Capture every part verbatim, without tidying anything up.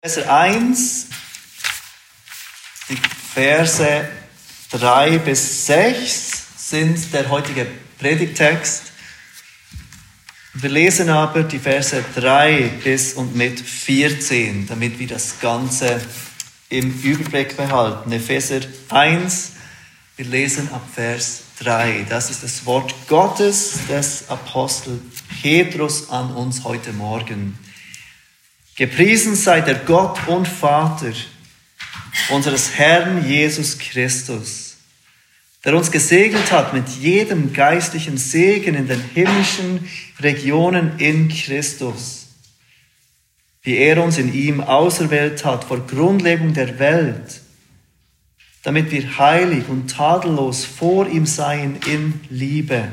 Epheser eins, die Verse drei bis sechs sind der heutige Predigttext. Wir lesen aber die Verse drei bis und mit vierzehn, damit wir das Ganze im Überblick behalten. Epheser eins, wir lesen ab Vers drei. Das ist das Wort Gottes des Apostel Petrus an uns heute Morgen. Gepriesen sei der Gott und Vater unseres Herrn Jesus Christus, der uns gesegnet hat mit jedem geistlichen Segen in den himmlischen Regionen in Christus, wie er uns in ihm auserwählt hat vor Grundlegung der Welt, damit wir heilig und tadellos vor ihm seien in Liebe.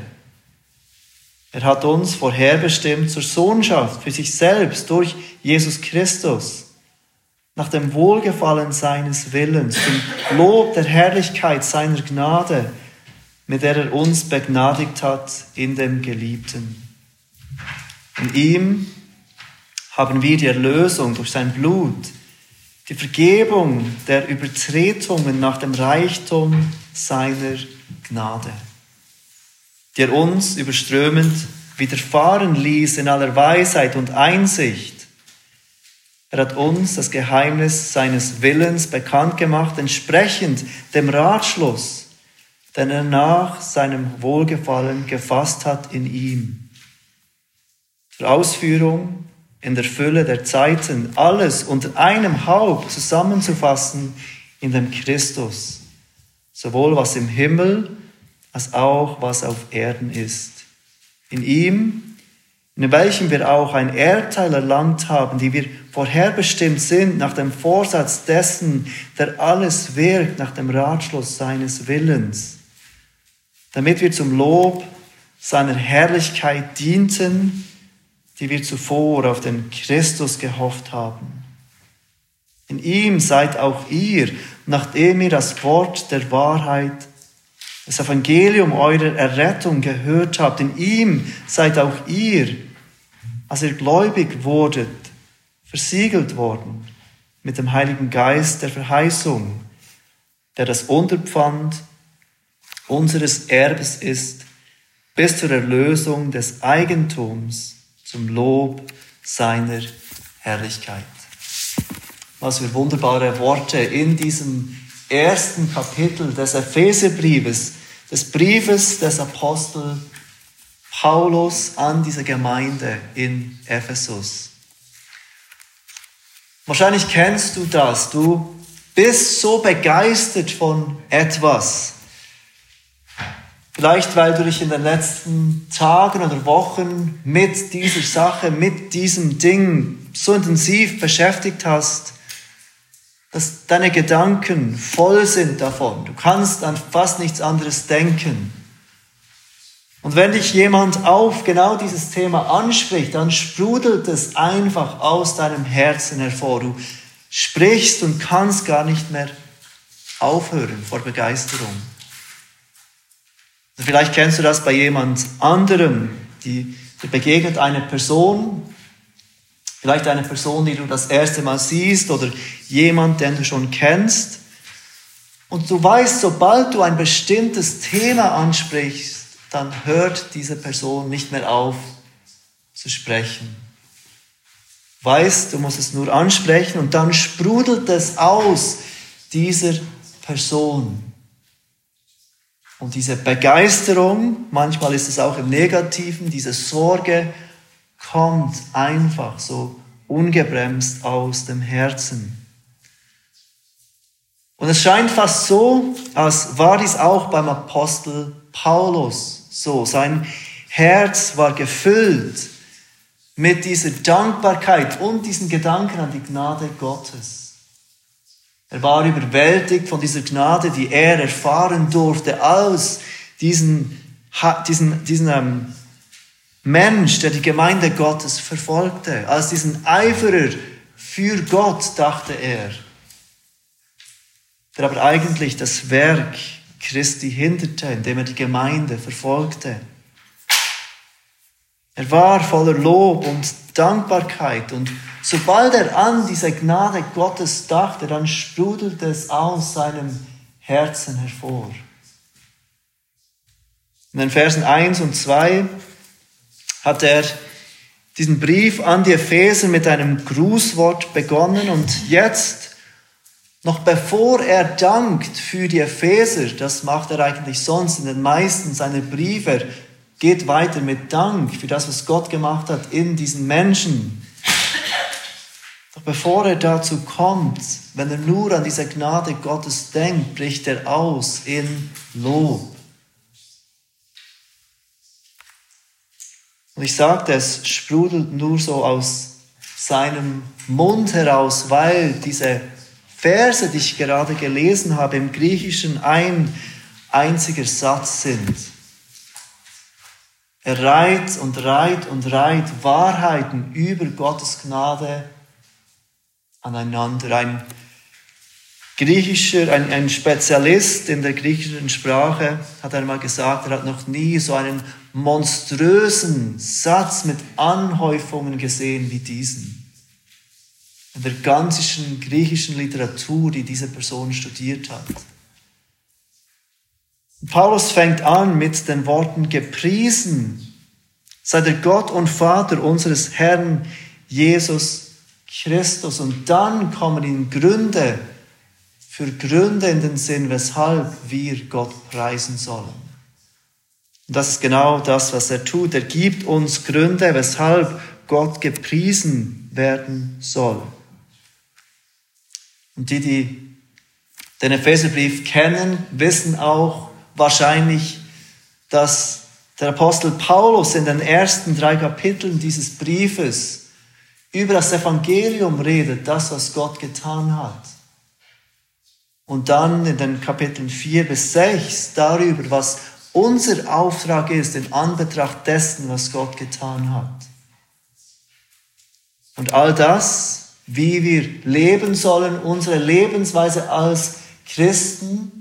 Er hat uns vorherbestimmt zur Sohnschaft für sich selbst durch Jesus Christus, nach dem Wohlgefallen seines Willens, zum Lob der Herrlichkeit seiner Gnade, mit der er uns begnadigt hat in dem Geliebten. In ihm haben wir die Erlösung durch sein Blut, die Vergebung der Übertretungen nach dem Reichtum seiner Gnade, die er uns überströmend widerfahren ließ in aller Weisheit und Einsicht. Er hat uns das Geheimnis seines Willens bekannt gemacht, entsprechend dem Ratschluss, den er nach seinem Wohlgefallen gefasst hat in ihm. Zur Ausführung in der Fülle der Zeiten alles unter einem Haupt zusammenzufassen in dem Christus, sowohl was im Himmel als auch was auf Erden ist. In ihm, in welchem wir auch ein Erbteil erlangt haben, die wir vorherbestimmt sind nach dem Vorsatz dessen, der alles wirkt nach dem Ratschluss seines Willens, damit wir zum Lob seiner Herrlichkeit dienten, die wir zuvor auf den Christus gehofft haben. In ihm seid auch ihr, nachdem ihr das Wort der Wahrheit, das Evangelium eurer Errettung gehört habt, in ihm seid auch ihr, als ihr gläubig wurdet, versiegelt worden mit dem Heiligen Geist der Verheißung, der das Unterpfand unseres Erbes ist, bis zur Erlösung des Eigentums zum Lob seiner Herrlichkeit. Was für wunderbare Worte in diesem ersten Kapitel des Epheserbriefes, des Briefes des Apostel Paulus an diese Gemeinde in Ephesus. Wahrscheinlich kennst du das. Du bist so begeistert von etwas. Vielleicht, weil du dich in den letzten Tagen oder Wochen mit dieser Sache, mit diesem Ding so intensiv beschäftigt hast, dass deine Gedanken voll sind davon. Du kannst an fast nichts anderes denken. Und wenn dich jemand auf genau dieses Thema anspricht, dann sprudelt es einfach aus deinem Herzen hervor. Du sprichst und kannst gar nicht mehr aufhören vor Begeisterung. Und vielleicht kennst du das bei jemand anderem, die, die begegnet eine Person, vielleicht eine Person, die du das erste Mal siehst oder jemand, den du schon kennst. Und du weißt, sobald du ein bestimmtes Thema ansprichst, dann hört diese Person nicht mehr auf zu sprechen. Weißt, du musst es nur ansprechen und dann sprudelt es aus dieser Person. Und diese Begeisterung, manchmal ist es auch im Negativen, diese Sorge kommt einfach so ungebremst aus dem Herzen. Und es scheint fast so, als war dies auch beim Apostel Paulus so. Sein Herz war gefüllt mit dieser Dankbarkeit und diesen Gedanken an die Gnade Gottes. Er war überwältigt von dieser Gnade, die er erfahren durfte, als diesen, diesen, diesen ähm, Mensch, der die Gemeinde Gottes verfolgte, als diesen Eiferer für Gott, dachte er, der aber eigentlich das Werk Christi hinderte, indem er die Gemeinde verfolgte. Er war voller Lob und Dankbarkeit und sobald er an diese Gnade Gottes dachte, dann sprudelte es aus seinem Herzen hervor. In den Versen eins und zwei hat er diesen Brief an die Epheser mit einem Grußwort begonnen und jetzt, noch bevor er dankt für die Epheser, das macht er eigentlich sonst in den meisten seiner Briefe, geht weiter mit Dank für das, was Gott gemacht hat in diesen Menschen. Doch bevor er dazu kommt, wenn er nur an diese Gnade Gottes denkt, bricht er aus in Lob. Und ich sagte, es sprudelt nur so aus seinem Mund heraus, weil diese Verse, die ich gerade gelesen habe, im Griechischen ein einziger Satz sind. Er reiht und reiht und reiht Wahrheiten über Gottes Gnade aneinander. Ein griechischer, ein, ein Spezialist in der griechischen Sprache hat einmal gesagt, er hat noch nie so einen monströsen Satz mit Anhäufungen gesehen wie diesen. In der ganzen griechischen Literatur, die diese Person studiert hat. Paulus fängt an mit den Worten: Gepriesen sei der Gott und Vater unseres Herrn Jesus Christus. Und dann kommen ihm Gründe für Gründe in den Sinn, weshalb wir Gott preisen sollen. Und das ist genau das, was er tut. Er gibt uns Gründe, weshalb Gott gepriesen werden soll. Und die, die den Epheserbrief kennen, wissen auch wahrscheinlich, dass der Apostel Paulus in den ersten drei Kapiteln dieses Briefes über das Evangelium redet, das, was Gott getan hat. Und dann in den Kapiteln vier bis sechs darüber, was unser Auftrag ist in Anbetracht dessen, was Gott getan hat. Und all das, wie wir leben sollen, unsere Lebensweise als Christen,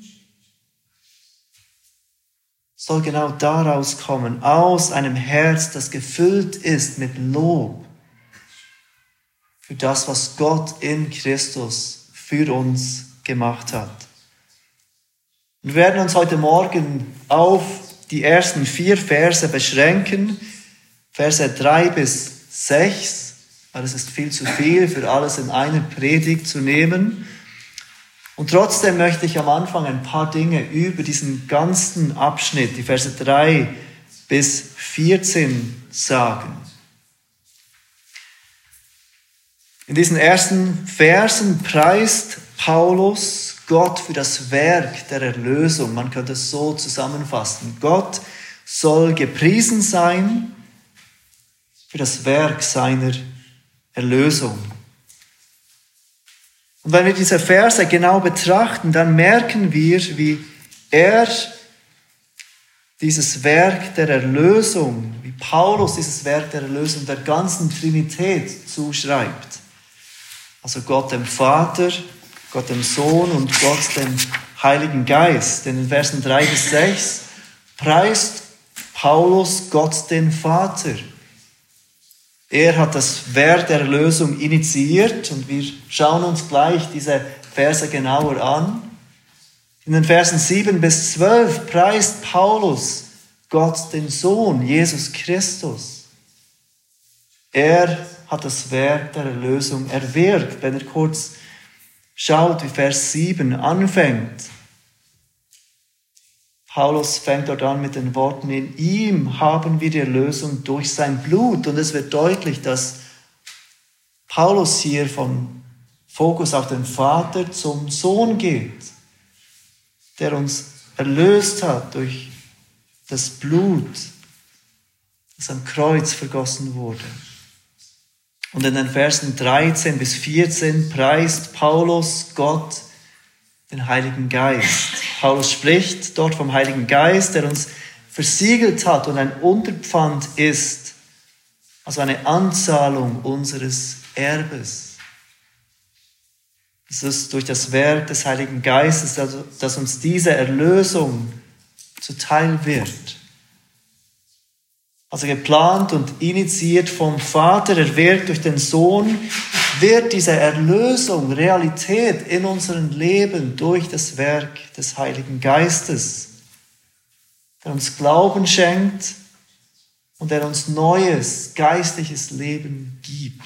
soll genau daraus kommen, aus einem Herz, das gefüllt ist mit Lob für das, was Gott in Christus für uns gemacht hat. Wir werden uns heute Morgen auf die ersten vier Verse beschränken, Verse drei bis sechs. Das ist viel zu viel für alles in einer Predigt zu nehmen. Und trotzdem möchte ich am Anfang ein paar Dinge über diesen ganzen Abschnitt, die Verse drei bis vierzehn, sagen. In diesen ersten Versen preist Paulus Gott für das Werk der Erlösung. Man könnte es so zusammenfassen. Gott soll gepriesen sein für das Werk seiner Erlösung. Und wenn wir diese Verse genau betrachten, dann merken wir, wie er dieses Werk der Erlösung, wie Paulus dieses Werk der Erlösung der ganzen Trinität zuschreibt. Also Gott dem Vater, Gott dem Sohn und Gott dem Heiligen Geist. Denn in Versen drei bis sechs preist Paulus Gott den Vater. Er hat das Werk der Erlösung initiiert und wir schauen uns gleich diese Verse genauer an. In den Versen sieben bis zwölf preist Paulus Gott den Sohn, Jesus Christus. Er hat das Werk der Erlösung erwirkt. Wenn er kurz schaut, wie Vers sieben anfängt. Paulus fängt dort an mit den Worten: In ihm haben wir die Erlösung durch sein Blut. Und es wird deutlich, dass Paulus hier vom Fokus auf den Vater zum Sohn geht, der uns erlöst hat durch das Blut, das am Kreuz vergossen wurde. Und in den Versen dreizehn bis vierzehn preist Paulus Gott, den Heiligen Geist. Paulus spricht dort vom Heiligen Geist, der uns versiegelt hat und ein Unterpfand ist, also eine Anzahlung unseres Erbes. Es ist durch das Werk des Heiligen Geistes, dass uns diese Erlösung zuteil wird. Also geplant und initiiert vom Vater, erwirkt durch den Sohn, wird diese Erlösung Realität in unserem Leben durch das Werk des Heiligen Geistes, der uns Glauben schenkt und der uns neues geistliches Leben gibt.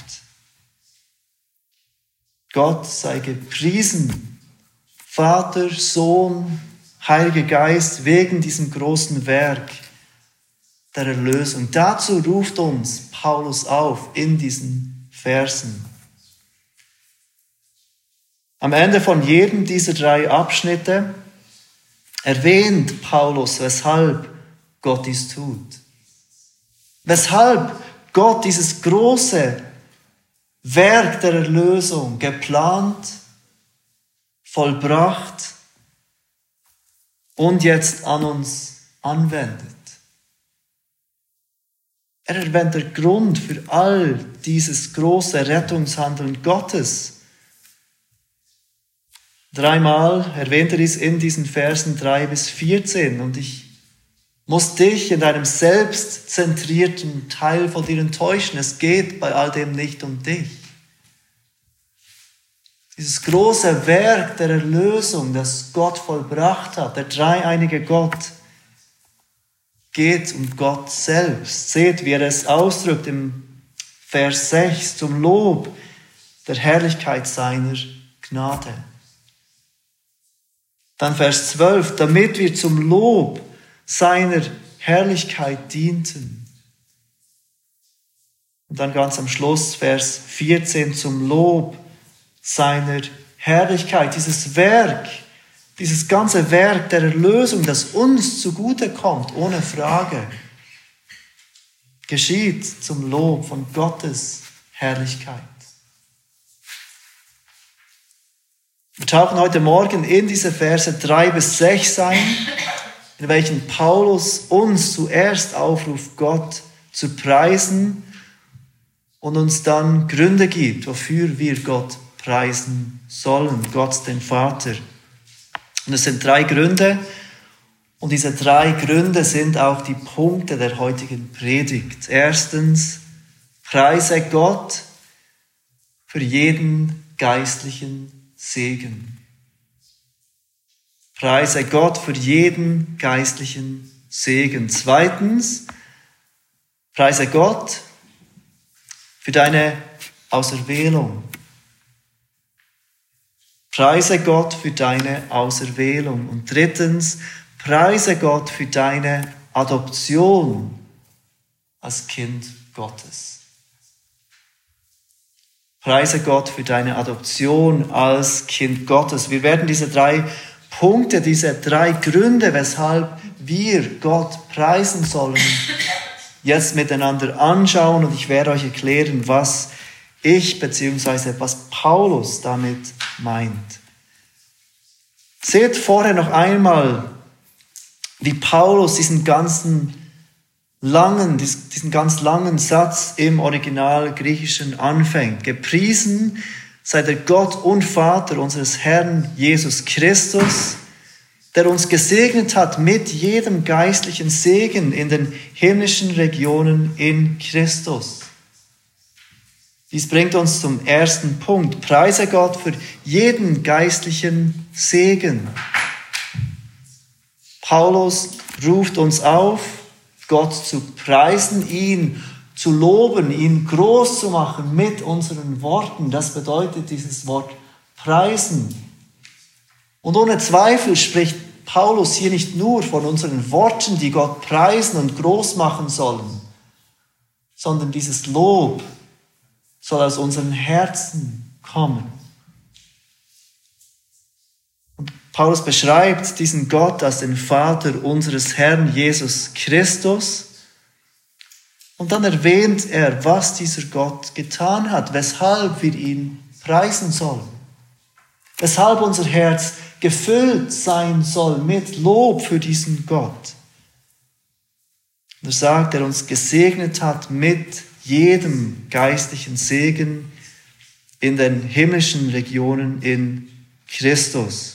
Gott sei gepriesen, Vater, Sohn, Heiliger Geist, wegen diesem großen Werk der Erlösung. Dazu ruft uns Paulus auf in diesen Versen. Am Ende von jedem dieser drei Abschnitte erwähnt Paulus, weshalb Gott dies tut. Weshalb Gott dieses große Werk der Erlösung geplant, vollbracht und jetzt an uns anwendet. Er erwähnt den Grund für all dieses große Rettungshandeln Gottes. Dreimal erwähnt er dies in diesen Versen drei bis vierzehn und ich muss dich in deinem selbstzentrierten Teil von dir enttäuschen. Es geht bei all dem nicht um dich. Dieses große Werk der Erlösung, das Gott vollbracht hat, der dreieinige Gott, geht um Gott selbst. Seht, wie er es ausdrückt im Vers sechs, zum Lob der Herrlichkeit seiner Gnade. Dann Vers zwölf, damit wir zum Lob seiner Herrlichkeit dienten. Und dann ganz am Schluss Vers vierzehn, zum Lob seiner Herrlichkeit. Dieses Werk, dieses ganze Werk der Erlösung, das uns zugute kommt, ohne Frage, geschieht zum Lob von Gottes Herrlichkeit. Wir tauchen heute Morgen in diese Verse drei bis sechs ein, in welchen Paulus uns zuerst aufruft, Gott zu preisen und uns dann Gründe gibt, wofür wir Gott preisen sollen, Gott den Vater. Und es sind drei Gründe und diese drei Gründe sind auch die Punkte der heutigen Predigt. Erstens, preise Gott für jeden geistlichen Segen. Preise Gott für jeden geistlichen Segen. Zweitens, preise Gott für deine Auserwählung. Preise Gott für deine Auserwählung. Und drittens, preise Gott für deine Adoption als Kind Gottes. Preise Gott für deine Adoption als Kind Gottes. Wir werden diese drei Punkte, diese drei Gründe, weshalb wir Gott preisen sollen, jetzt miteinander anschauen und ich werde euch erklären, was ich bzw. was Paulus damit meint. Seht vorher noch einmal, wie Paulus diesen ganzen langen, diesen ganz langen Satz im Original Griechischen anfängt. Gepriesen sei der Gott und Vater unseres Herrn Jesus Christus, der uns gesegnet hat mit jedem geistlichen Segen in den himmlischen Regionen in Christus. Dies bringt uns zum ersten Punkt. Preise Gott für jeden geistlichen Segen. Paulus ruft uns auf, Gott zu preisen, ihn zu loben, ihn groß zu machen mit unseren Worten. Das bedeutet dieses Wort preisen. Und ohne Zweifel spricht Paulus hier nicht nur von unseren Worten, die Gott preisen und groß machen sollen, sondern dieses Lob soll aus unseren Herzen kommen. Und Paulus beschreibt diesen Gott als den Vater unseres Herrn Jesus Christus. Und dann erwähnt er, was dieser Gott getan hat, weshalb wir ihn preisen sollen. Weshalb unser Herz gefüllt sein soll mit Lob für diesen Gott. Und er sagt, er uns gesegnet hat mit jedem geistlichen Segen in den himmlischen Regionen in Christus.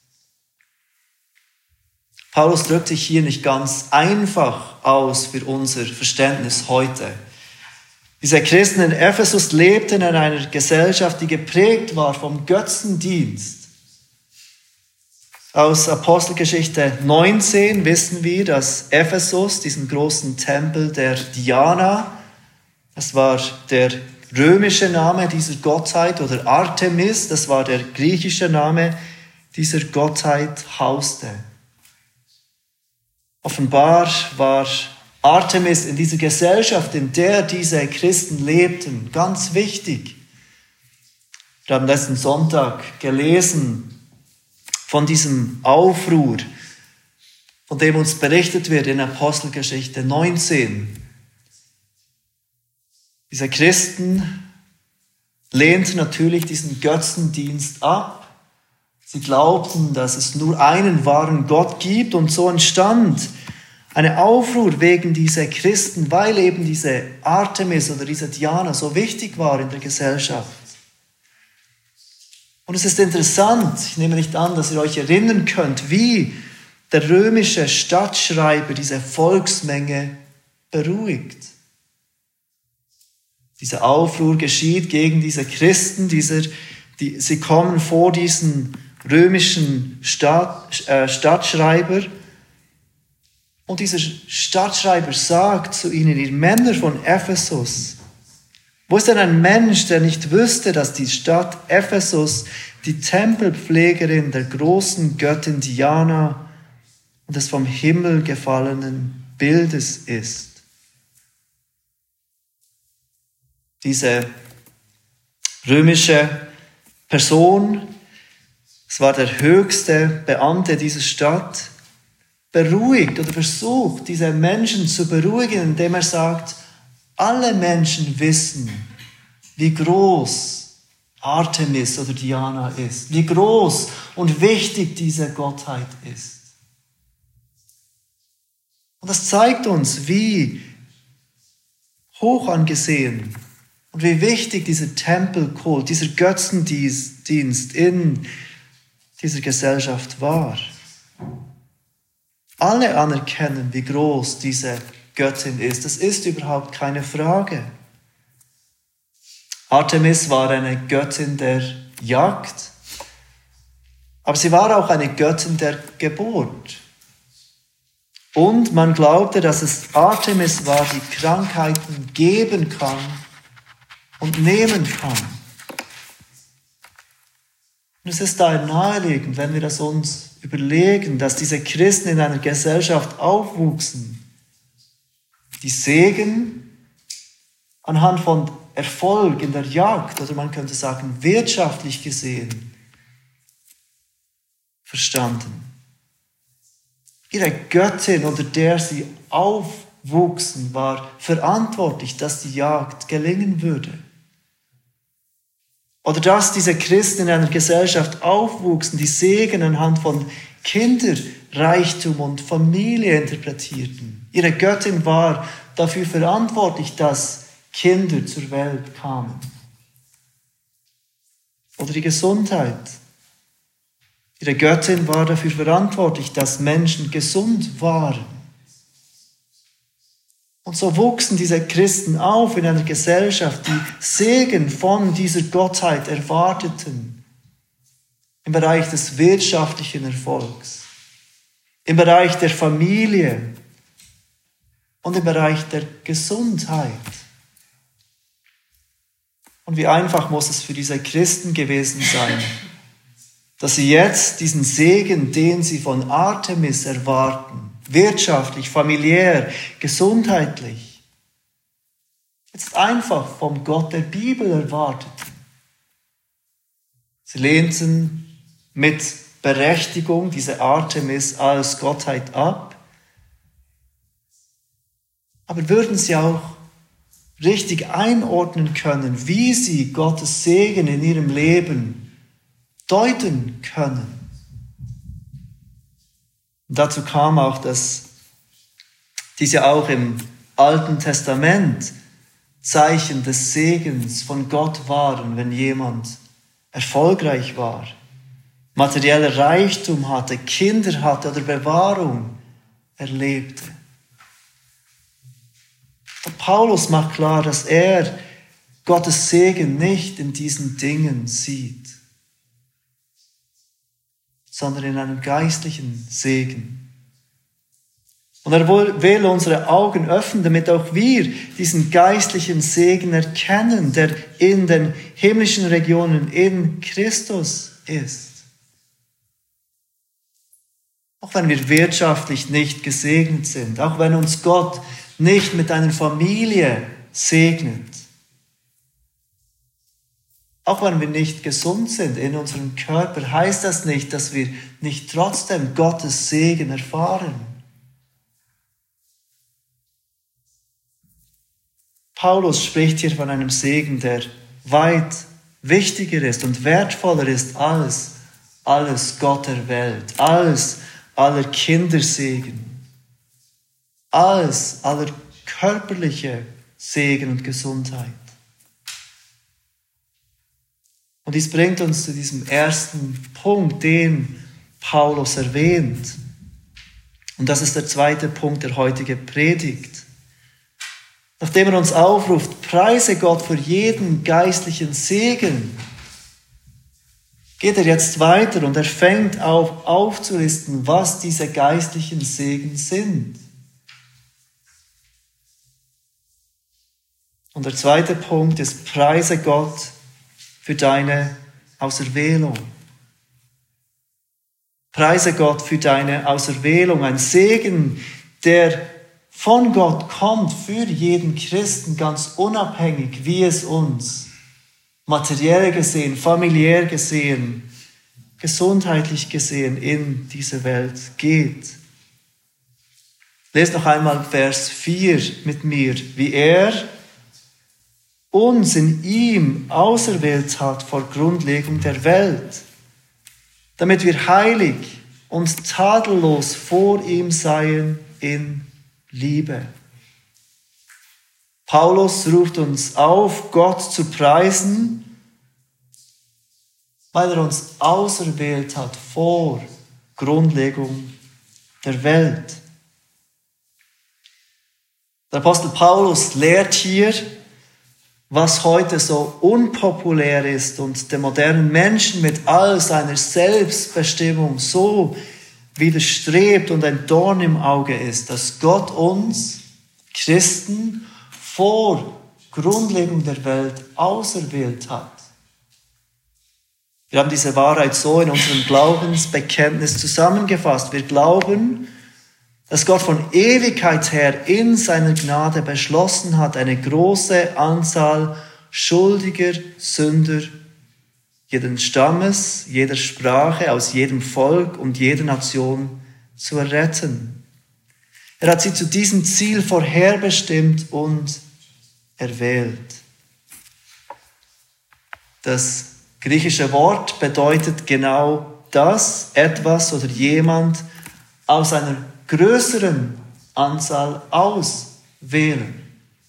Paulus drückt sich hier nicht ganz einfach aus für unser Verständnis heute. Diese Christen in Ephesus lebten in einer Gesellschaft, die geprägt war vom Götzendienst. Aus Apostelgeschichte neunzehn wissen wir, dass Ephesus, diesen großen Tempel der Diana, das war der römische Name dieser Gottheit, oder Artemis, das war der griechische Name dieser Gottheit, hauste. Offenbar war Artemis in dieser Gesellschaft, in der diese Christen lebten, ganz wichtig. Wir haben letzten Sonntag gelesen von diesem Aufruhr, von dem uns berichtet wird in Apostelgeschichte neunzehn. Diese Christen lehnten natürlich diesen Götzendienst ab. Sie glaubten, dass es nur einen wahren Gott gibt, und so entstand eine Aufruhr wegen dieser Christen, weil eben diese Artemis oder diese Diana so wichtig war in der Gesellschaft. Und es ist interessant, ich nehme nicht an, dass ihr euch erinnern könnt, wie der römische Stadtschreiber diese Volksmenge beruhigt. Dieser Aufruhr geschieht gegen diese Christen, dieser, die, sie kommen vor diesen römischen Stadt, äh, Stadtschreiber, und dieser Stadtschreiber sagt zu ihnen, ihr Männer von Ephesus, wo ist denn ein Mensch, der nicht wüsste, dass die Stadt Ephesus die Tempelpflegerin der großen Göttin Diana und des vom Himmel gefallenen Bildes ist? Diese römische Person, es war der höchste Beamte dieser Stadt, beruhigt oder versucht, diese Menschen zu beruhigen, indem er sagt, alle Menschen wissen, wie groß Artemis oder Diana ist, wie groß und wichtig diese Gottheit ist. Und das zeigt uns, wie hoch angesehen und wie wichtig dieser Tempelkult, dieser Götzendienst in dieser Gesellschaft war. Alle anerkennen, wie groß diese Göttin ist. Das ist überhaupt keine Frage. Artemis war eine Göttin der Jagd, aber sie war auch eine Göttin der Geburt. Und man glaubte, dass es Artemis war, die Krankheiten geben kann und nehmen kann. Und es ist daher naheliegend, wenn wir das uns überlegen, dass diese Christen in einer Gesellschaft aufwuchsen, die Segen anhand von Erfolg in der Jagd, oder man könnte sagen wirtschaftlich gesehen, verstanden. Ihre Göttin, unter der sie aufwuchsen, war verantwortlich, dass die Jagd gelingen würde. Oder dass diese Christen in einer Gesellschaft aufwuchsen, die Segen anhand von Kinderreichtum und Familie interpretierten. Ihre Göttin war dafür verantwortlich, dass Kinder zur Welt kamen. Oder die Gesundheit. Ihre Göttin war dafür verantwortlich, dass Menschen gesund waren. Und so wuchsen diese Christen auf in einer Gesellschaft, die Segen von dieser Gottheit erwarteten. Im Bereich des wirtschaftlichen Erfolgs, im Bereich der Familie und im Bereich der Gesundheit. Und wie einfach muss es für diese Christen gewesen sein, dass sie jetzt diesen Segen, den sie von Artemis erwarten, wirtschaftlich, familiär, gesundheitlich, jetzt einfach vom Gott der Bibel erwarteten. Sie lehnten mit Berechtigung diese Artemis als Gottheit ab, aber würden sie auch richtig einordnen können, wie sie Gottes Segen in ihrem Leben deuten können. Und dazu kam auch, dass diese auch im Alten Testament Zeichen des Segens von Gott waren, wenn jemand erfolgreich war, materieller Reichtum hatte, Kinder hatte oder Bewahrung erlebte. Und Paulus macht klar, dass er Gottes Segen nicht in diesen Dingen sieht, sondern in einem geistlichen Segen. Und er will unsere Augen öffnen, damit auch wir diesen geistlichen Segen erkennen, der in den himmlischen Regionen in Christus ist. Auch wenn wir wirtschaftlich nicht gesegnet sind, auch wenn uns Gott nicht mit einer Familie segnet, auch wenn wir nicht gesund sind in unserem Körper, heißt das nicht, dass wir nicht trotzdem Gottes Segen erfahren. Paulus spricht hier von einem Segen, der weit wichtiger ist und wertvoller ist als alles Gott der Welt, als aller Kindersegen, als aller körperliche Segen und Gesundheit. Und dies bringt uns zu diesem ersten Punkt, den Paulus erwähnt. Und das ist der zweite Punkt der heutigen Predigt. Nachdem er uns aufruft, preise Gott für jeden geistlichen Segen, geht er jetzt weiter und er fängt auf, aufzulisten, was diese geistlichen Segen sind. Und der zweite Punkt ist, preise Gott für deine Auserwählung. Preise Gott für deine Auserwählung, ein Segen, der von Gott kommt für jeden Christen, ganz unabhängig, wie es uns materiell gesehen, familiär gesehen, gesundheitlich gesehen in dieser Welt geht. Lest noch einmal Vers vier mit mir, wie er uns in ihm auserwählt hat vor Grundlegung der Welt, damit wir heilig und tadellos vor ihm seien in Liebe. Paulus ruft uns auf, Gott zu preisen, weil er uns auserwählt hat vor Grundlegung der Welt. Der Apostel Paulus lehrt hier, was heute so unpopulär ist und dem modernen Menschen mit all seiner Selbstbestimmung so widerstrebt und ein Dorn im Auge ist, dass Gott uns, Christen, vor Grundlegung der Welt auserwählt hat. Wir haben diese Wahrheit so in unserem Glaubensbekenntnis zusammengefasst. Wir glauben, dass Gott von Ewigkeit her in seiner Gnade beschlossen hat, eine große Anzahl schuldiger Sünder jeden Stammes, jeder Sprache, aus jedem Volk und jeder Nation zu erretten. Er hat sie zu diesem Ziel vorherbestimmt und erwählt. Das griechische Wort bedeutet genau das, etwas oder jemand aus einer größeren Anzahl auswählen.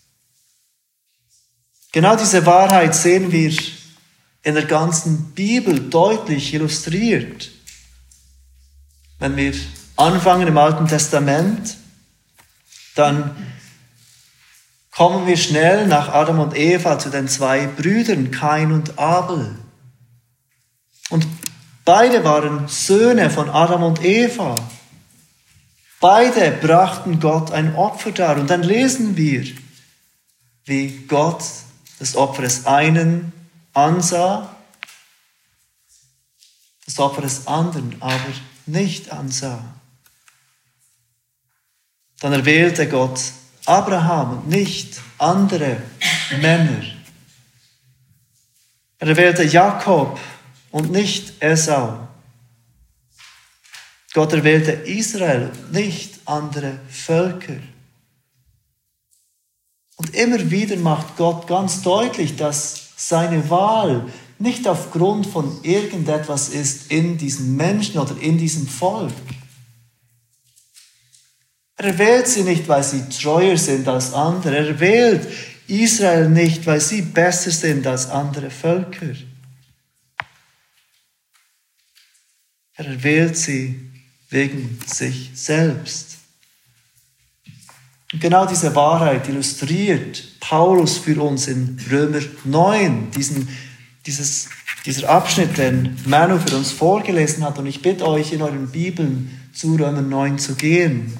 Genau diese Wahrheit sehen wir in der ganzen Bibel deutlich illustriert. Wenn wir anfangen im Alten Testament, dann kommen wir schnell nach Adam und Eva zu den zwei Brüdern, Kain und Abel. Und beide waren Söhne von Adam und Eva. Beide brachten Gott ein Opfer dar. Und dann lesen wir, wie Gott das Opfer des einen ansah, das Opfer des anderen aber nicht ansah. Dann erwählte Gott Abraham und nicht andere Männer. Er erwählte Jakob und nicht Esau. Gott erwählte Israel, nicht andere Völker. Und immer wieder macht Gott ganz deutlich, dass seine Wahl nicht aufgrund von irgendetwas ist in diesen Menschen oder in diesem Volk. Er wählt sie nicht, weil sie treuer sind als andere. Er wählt Israel nicht, weil sie besser sind als andere Völker. Er erwählt sie wegen sich selbst. Und genau diese Wahrheit illustriert Paulus für uns in Römer neun, diesen, dieses, dieser Abschnitt, den Manu für uns vorgelesen hat. Und ich bitte euch, in euren Bibeln zu Römer neun zu gehen.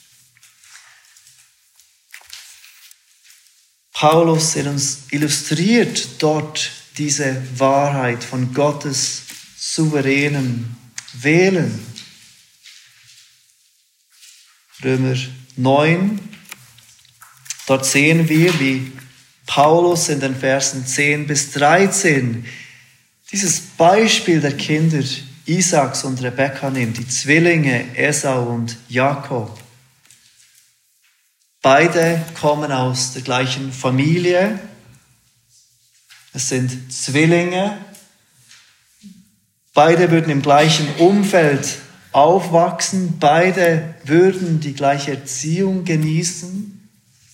Paulus illustriert dort diese Wahrheit von Gottes souveränen Wählen. Römer neun, dort sehen wir, wie Paulus in den Versen zehn bis dreizehn dieses Beispiel der Kinder Isaaks und Rebekka nimmt, die Zwillinge Esau und Jakob. Beide kommen aus der gleichen Familie. Es sind Zwillinge. Beide würden im gleichen Umfeld aufwachsen. Beide würden die gleiche Erziehung genießen.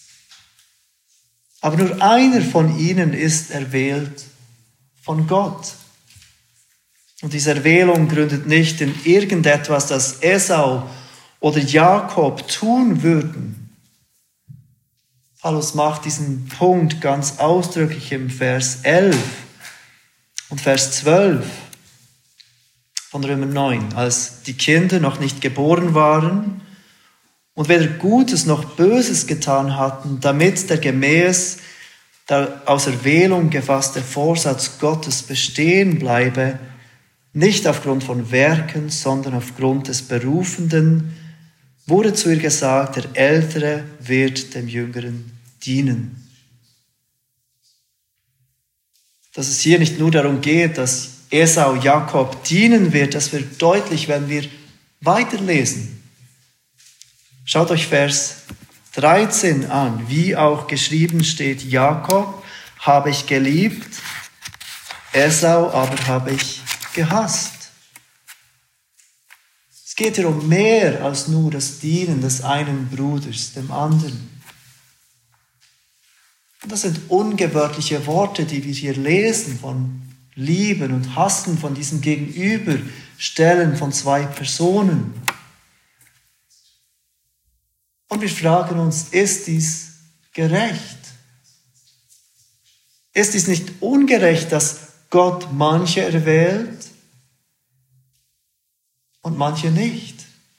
Aber nur einer von ihnen ist erwählt von Gott. Und diese Erwählung gründet nicht in irgendetwas, das Esau oder Jakob tun würden. Paulus macht diesen Punkt ganz ausdrücklich im Vers elf und Vers zwölf von Römer neun. Als die Kinder noch nicht geboren waren und weder Gutes noch Böses getan hatten, damit der gemäß der aus Erwählung gefasste Vorsatz Gottes bestehen bleibe, nicht aufgrund von Werken, sondern aufgrund des Berufenden, wurde zu ihr gesagt, der Ältere wird dem Jüngeren dienen. Dass es hier nicht nur darum geht, dass Esau Jakob dienen wird, das wird deutlich, wenn wir weiterlesen. Schaut euch Vers dreizehn an, wie auch geschrieben steht, Jakob habe ich geliebt, Esau aber habe ich gehasst. Es geht hier um mehr als nur das Dienen des einen Bruders, dem anderen. Und das sind ungewöhnliche Worte, die wir hier lesen, von Lieben und Hassen, von diesem Gegenüberstellen von zwei Personen. Und wir fragen uns, ist dies gerecht? Ist dies nicht ungerecht, dass Gott manche erwählt und manche nicht?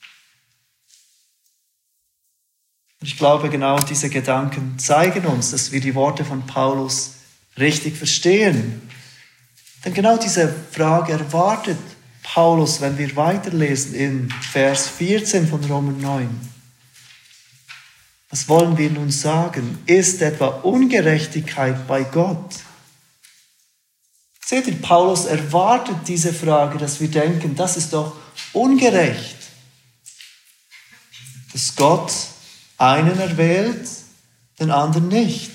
Und ich glaube, genau diese Gedanken zeigen uns, dass wir die Worte von Paulus richtig verstehen. Denn genau diese Frage erwartet Paulus, wenn wir weiterlesen in Vers vierzehn von Römer neun. Was wollen wir nun sagen? Ist etwa Ungerechtigkeit bei Gott? Seht ihr, Paulus erwartet diese Frage, dass wir denken, das ist doch ungerecht, dass Gott einen erwählt, den anderen nicht.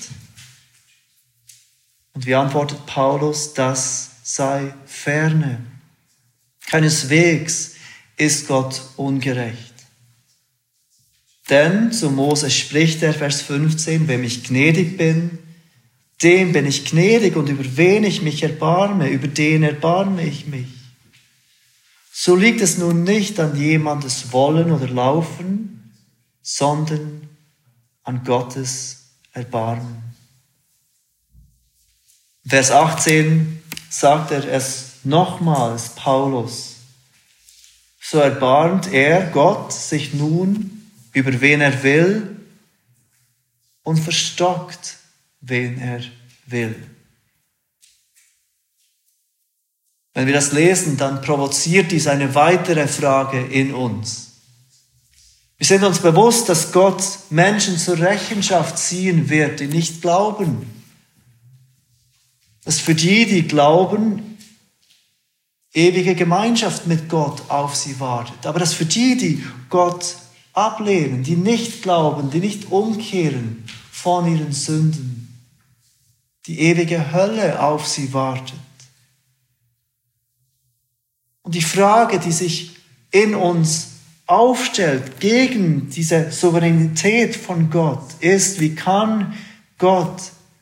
Und wie antwortet Paulus, das sei ferne. Keineswegs ist Gott ungerecht. Denn zu Mose spricht er, Vers fünfzehn, wem ich gnädig bin, dem bin ich gnädig und über wen ich mich erbarme, über den erbarme ich mich. So liegt es nun nicht an jemandes Wollen oder Laufen, sondern an Gottes Erbarmen. Vers achtzehn sagt er es nochmals, Paulus. So erbarmt er, Gott, sich nun, über wen er will, und verstockt, wen er will. Wenn wir das lesen, dann provoziert dies eine weitere Frage in uns. Wir sind uns bewusst, dass Gott Menschen zur Rechenschaft ziehen wird, die nicht glauben. Dass für die, die glauben, ewige Gemeinschaft mit Gott auf sie wartet. Aber dass für die, die Gott ablehnen, die nicht glauben, die nicht umkehren von ihren Sünden, die ewige Hölle auf sie wartet. Und die Frage, die sich in uns aufstellt gegen diese Souveränität von Gott, ist, wie kann Gott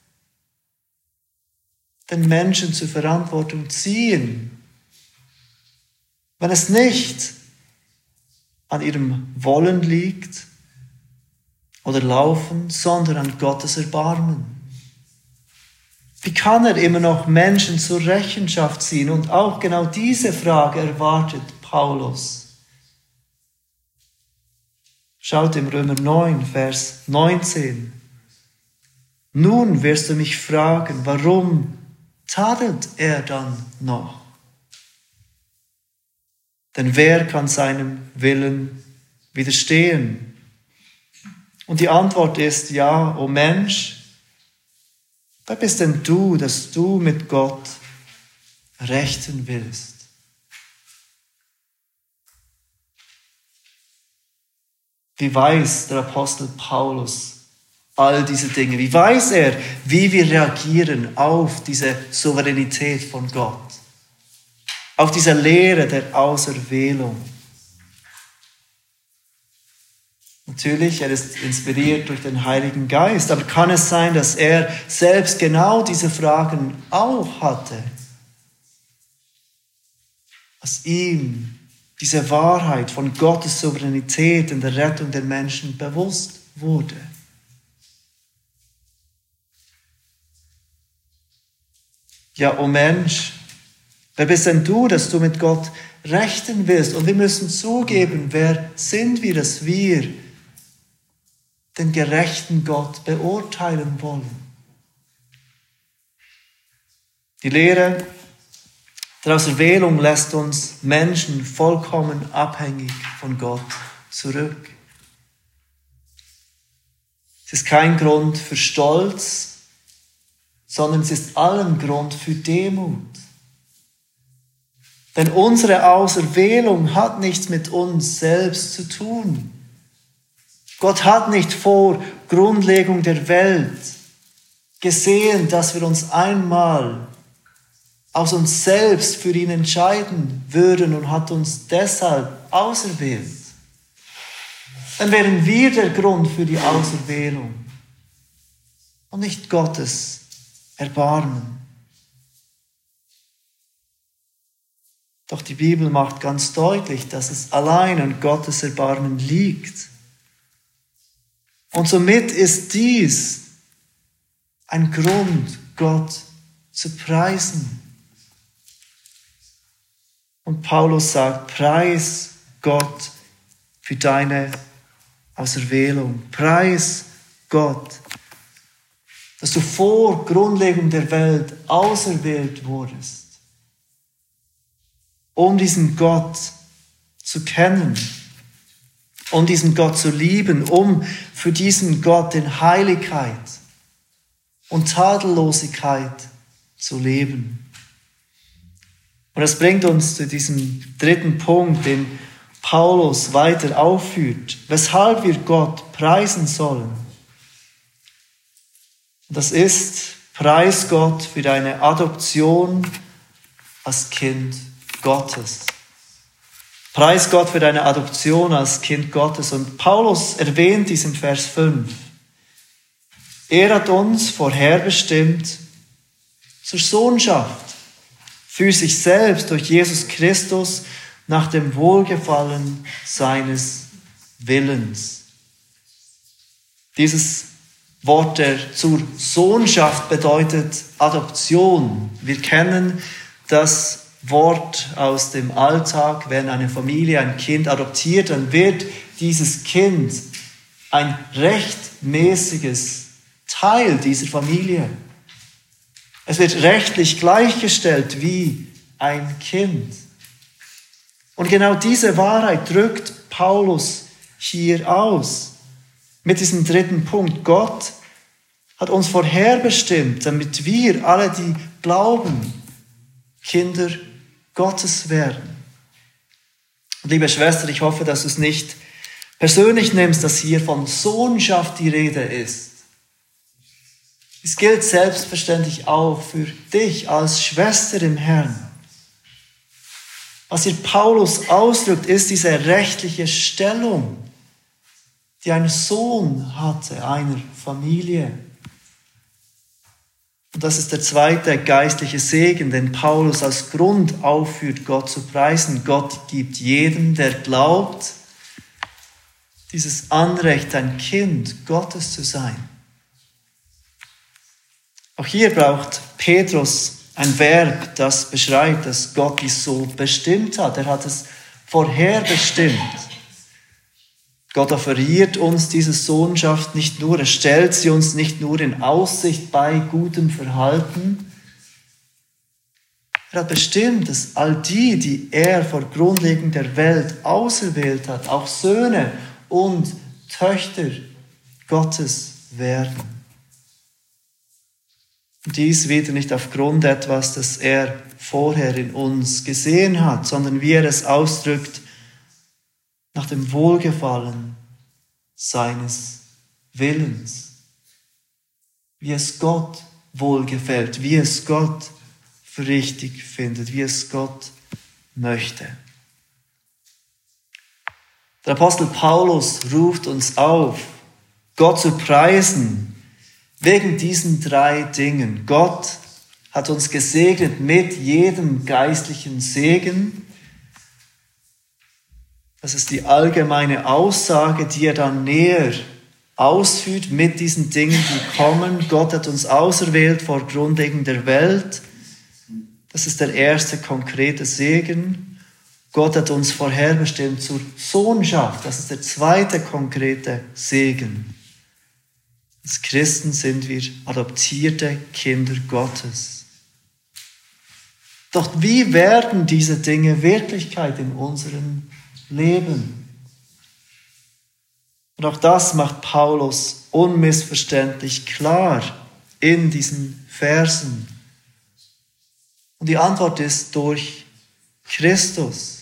den Menschen zur Verantwortung ziehen, wenn es nicht an ihrem Wollen liegt, oder laufen, sondern an Gottes Erbarmen. Wie kann er immer noch Menschen zur Rechenschaft ziehen? Und auch genau diese Frage erwartet Paulus. Schaut im Römer neun, Vers neunzehn. Nun wirst du mich fragen, warum tadelt er dann noch? Denn wer kann seinem Willen widerstehen? Und die Antwort ist ja, o Mensch, wer bist denn du, dass du mit Gott rechten willst? Wie weiß der Apostel Paulus all diese Dinge? Wie weiß er, wie wir reagieren auf diese Souveränität von Gott? Auf diese Lehre der Auserwählung? Natürlich, er ist inspiriert durch den Heiligen Geist, aber kann es sein, dass er selbst genau diese Fragen auch hatte? Dass ihm diese Wahrheit von Gottes Souveränität in der Rettung der Menschen bewusst wurde. Ja, o Mensch, wer bist denn du, dass du mit Gott rechten willst? Und wir müssen zugeben, wer sind wir, dass wir den gerechten Gott beurteilen wollen? Die Lehre der Auserwählung lässt uns Menschen vollkommen abhängig von Gott zurück. Es ist kein Grund für Stolz, sondern es ist allen Grund für Demut. Denn unsere Auserwählung hat nichts mit uns selbst zu tun. Gott hat nicht vor Grundlegung der Welt gesehen, dass wir uns einmal aus uns selbst für ihn entscheiden würden und hat uns deshalb auserwählt. Dann wären wir der Grund für die Auserwählung und nicht Gottes Erbarmen. Doch die Bibel macht ganz deutlich, dass es allein an Gottes Erbarmen liegt. Und somit ist dies ein Grund, Gott zu preisen. Und Paulus sagt, preis Gott für deine Auserwählung. Preis Gott, dass du vor Grundlegung der Welt auserwählt wurdest, um diesen Gott zu kennen, um diesen Gott zu lieben, um für diesen Gott in Heiligkeit und Tadellosigkeit zu leben. Und das bringt uns zu diesem dritten Punkt, den Paulus weiter aufführt, weshalb wir Gott preisen sollen. Das ist, preis Gott für deine Adoption als Kind Gottes. Preis Gott für deine Adoption als Kind Gottes. Und Paulus erwähnt dies im Vers fünf. Er hat uns vorherbestimmt zur Sohnschaft für sich selbst durch Jesus Christus nach dem Wohlgefallen seines Willens. Dieses Wort der zur Sohnschaft bedeutet Adoption. Wir kennen das Wort aus dem Alltag, wenn eine Familie ein Kind adoptiert, dann wird dieses Kind ein rechtmäßiges Teil dieser Familie. Es wird rechtlich gleichgestellt wie ein Kind. Und genau diese Wahrheit drückt Paulus hier aus. Mit diesem dritten Punkt. Gott hat uns vorherbestimmt, damit wir alle, die glauben, Kinder Gottes werden. Und liebe Schwester, ich hoffe, dass du es nicht persönlich nimmst, dass hier von Sohnschaft die Rede ist. Es gilt selbstverständlich auch für dich als Schwester im Herrn. Was hier Paulus ausdrückt, ist diese rechtliche Stellung, die ein Sohn hatte, einer Familie. Und das ist der zweite geistliche Segen, den Paulus als Grund aufführt, Gott zu preisen. Gott gibt jedem, der glaubt, dieses Anrecht, ein Kind Gottes zu sein. Auch hier braucht Petrus ein Verb, das beschreibt, dass Gott dies so bestimmt hat. Er hat es vorherbestimmt. Gott offeriert uns diese Sohnschaft nicht nur, er stellt sie uns nicht nur in Aussicht bei gutem Verhalten. Er hat bestimmt, dass all die, die er vor Grundlegung der Welt auserwählt hat, auch Söhne und Töchter Gottes werden. Und dies wieder nicht aufgrund etwas, das er vorher in uns gesehen hat, sondern wie er es ausdrückt, nach dem Wohlgefallen seines Willens. Wie es Gott wohlgefällt, wie es Gott für richtig findet, wie es Gott möchte. Der Apostel Paulus ruft uns auf, Gott zu preisen, wegen diesen drei Dingen. Gott hat uns gesegnet mit jedem geistlichen Segen. Das ist die allgemeine Aussage, die er dann näher ausführt mit diesen Dingen, die kommen. Gott hat uns auserwählt vor Grundlegung der Welt. Das ist der erste konkrete Segen. Gott hat uns vorherbestimmt zur Sohnschaft. Das ist der zweite konkrete Segen. Als Christen sind wir adoptierte Kinder Gottes. Doch wie werden diese Dinge Wirklichkeit in unserem Leben? Und auch das macht Paulus unmissverständlich klar in diesen Versen. Und die Antwort ist durch Christus.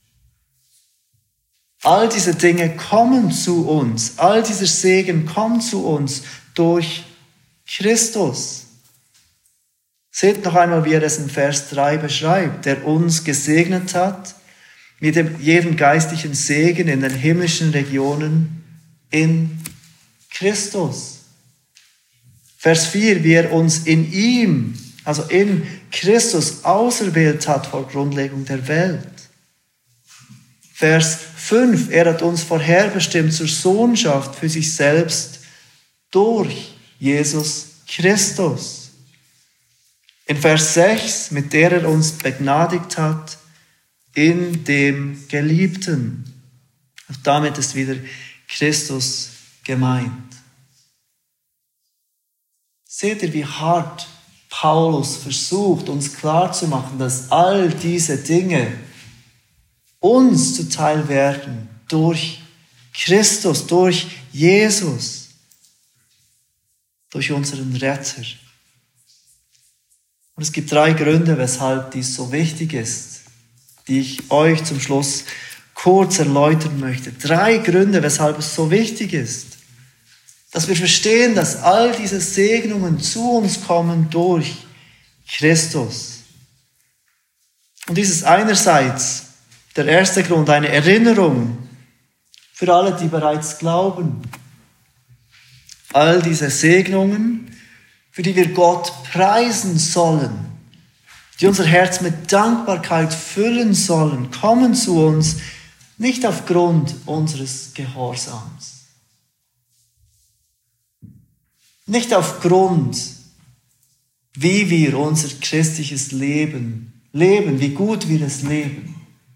All diese Dinge kommen zu uns, all dieser Segen kommt zu uns durch Christus. Seht noch einmal, wie er es in Vers drei beschreibt, der uns gesegnet hat mit dem, jedem geistlichen Segen in den himmlischen Regionen in Christus. Vers vier, wie er uns in ihm, also in Christus auserwählt hat vor Grundlegung der Welt. Vers fünf, er hat uns vorherbestimmt zur Sohnschaft für sich selbst durch Jesus Christus. In Vers sechs, mit der er uns begnadigt hat in dem Geliebten. Und damit ist wieder Christus gemeint. Seht ihr, wie hart Paulus versucht, uns klarzumachen, dass all diese Dinge uns zuteil werden durch Christus, durch Jesus, durch unseren Retter. Und es gibt drei Gründe, weshalb dies so wichtig ist, die ich euch zum Schluss kurz erläutern möchte. Drei Gründe, weshalb es so wichtig ist, dass wir verstehen, dass all diese Segnungen zu uns kommen durch Christus. Und dies ist einerseits der erste Grund, eine Erinnerung für alle, die bereits glauben. All diese Segnungen, für die wir Gott preisen sollen, die unser Herz mit Dankbarkeit füllen sollen, kommen zu uns nicht aufgrund unseres Gehorsams. Nicht aufgrund, wie wir unser christliches Leben leben, wie gut wir es leben,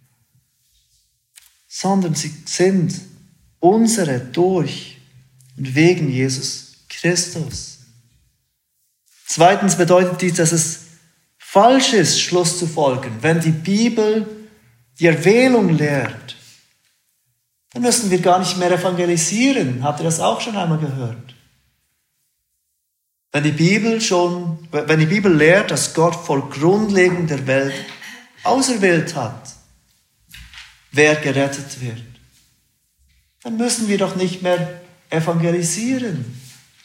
sondern sie sind unsere durch und wegen Jesus Christus. Zweitens bedeutet dies, dass es falsch ist, Schluss zu folgen. Wenn die Bibel die Erwählung lehrt, dann müssen wir gar nicht mehr evangelisieren. Habt ihr das auch schon einmal gehört? Wenn die Bibel schon, wenn die Bibel lehrt, dass Gott vor Grundlegung der Welt auserwählt hat, wer gerettet wird, dann müssen wir doch nicht mehr evangelisieren.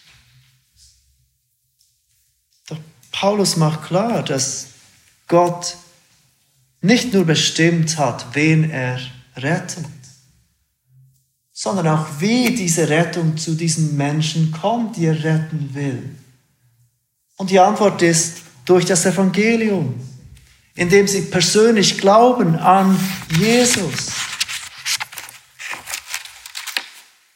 Doch Paulus macht klar, dass Gott nicht nur bestimmt hat, wen er rettet, sondern auch wie diese Rettung zu diesen Menschen kommt, die er retten will. Und die Antwort ist durch das Evangelium, indem sie persönlich glauben an Jesus.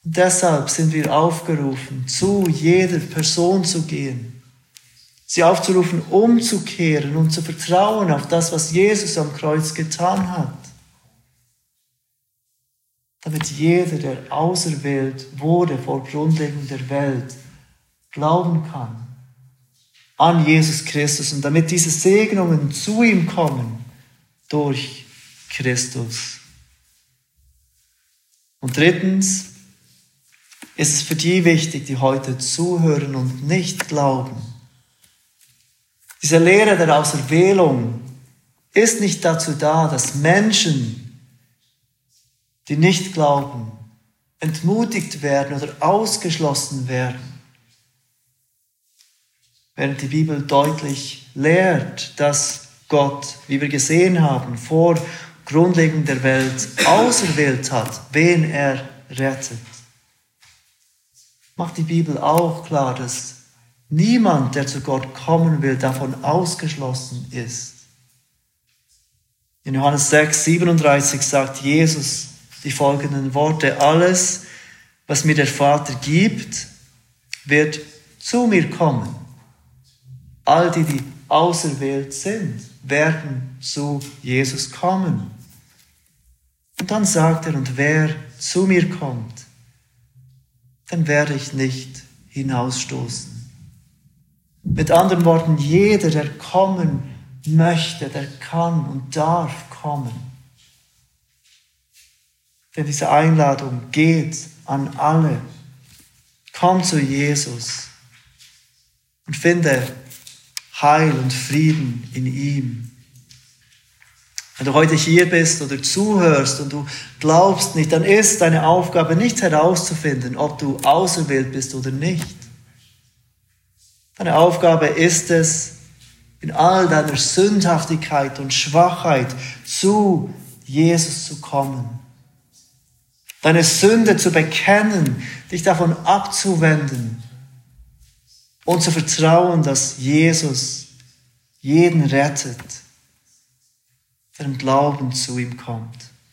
Und deshalb sind wir aufgerufen, zu jeder Person zu gehen, sie aufzurufen, umzukehren und zu vertrauen auf das, was Jesus am Kreuz getan hat. Damit jeder, der auserwählt wurde vor Grundlegung der Welt, glauben kann an Jesus Christus und damit diese Segnungen zu ihm kommen durch Christus. Und drittens ist es für die wichtig, die heute zuhören und nicht glauben. Diese Lehre der Auserwählung ist nicht dazu da, dass Menschen, die nicht glauben, entmutigt werden oder ausgeschlossen werden. Während die Bibel deutlich lehrt, dass Gott, wie wir gesehen haben, vor Grundlegung der Welt auserwählt hat, wen er rettet. Macht die Bibel auch klar, dass niemand, der zu Gott kommen will, davon ausgeschlossen ist. In Johannes sechs, siebenunddreißig sagt Jesus die folgenden Worte: Alles, was mir der Vater gibt, wird zu mir kommen. All die, die auserwählt sind, werden zu Jesus kommen. Und dann sagt er, und wer zu mir kommt, dann werde ich nicht hinausstoßen. Mit anderen Worten, jeder, der kommen möchte, der kann und darf kommen. Denn diese Einladung geht an alle. Komm zu Jesus und finde Heil und Frieden in ihm. Wenn du heute hier bist oder zuhörst und du glaubst nicht, dann ist deine Aufgabe nicht herauszufinden, ob du auserwählt bist oder nicht. Deine Aufgabe ist es, in all deiner Sündhaftigkeit und Schwachheit zu Jesus zu kommen. Deine Sünde zu bekennen, dich davon abzuwenden und zu vertrauen, dass Jesus jeden rettet, der im Glauben zu ihm kommt.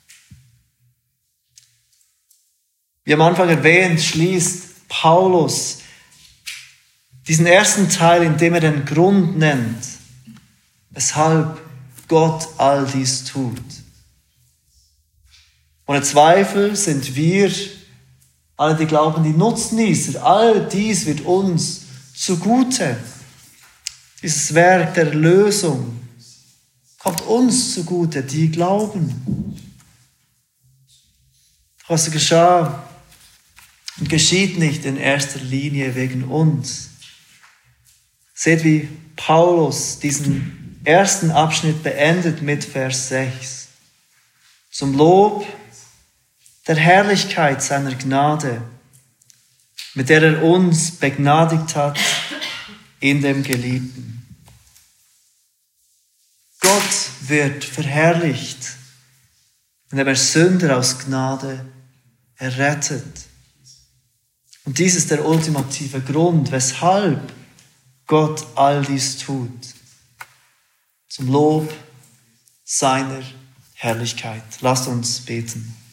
Wie am Anfang erwähnt, schließt Paulus diesen ersten Teil, in dem er den Grund nennt, weshalb Gott all dies tut. Ohne Zweifel sind wir, alle, die glauben, die Nutznießer. All dies wird uns zugute. Dieses Werk der Erlösung kommt uns zugute, die glauben. Doch was geschah und geschieht nicht in erster Linie wegen uns. Seht, wie Paulus diesen ersten Abschnitt beendet mit Vers sechs. Zum Lob der Herrlichkeit seiner Gnade, mit der er uns begnadigt hat in dem Geliebten. Gott wird verherrlicht, indem er Sünder aus Gnade errettet. Und dies ist der ultimative Grund, weshalb Gott all dies tut. Zum Lob seiner Herrlichkeit. Lasst uns beten.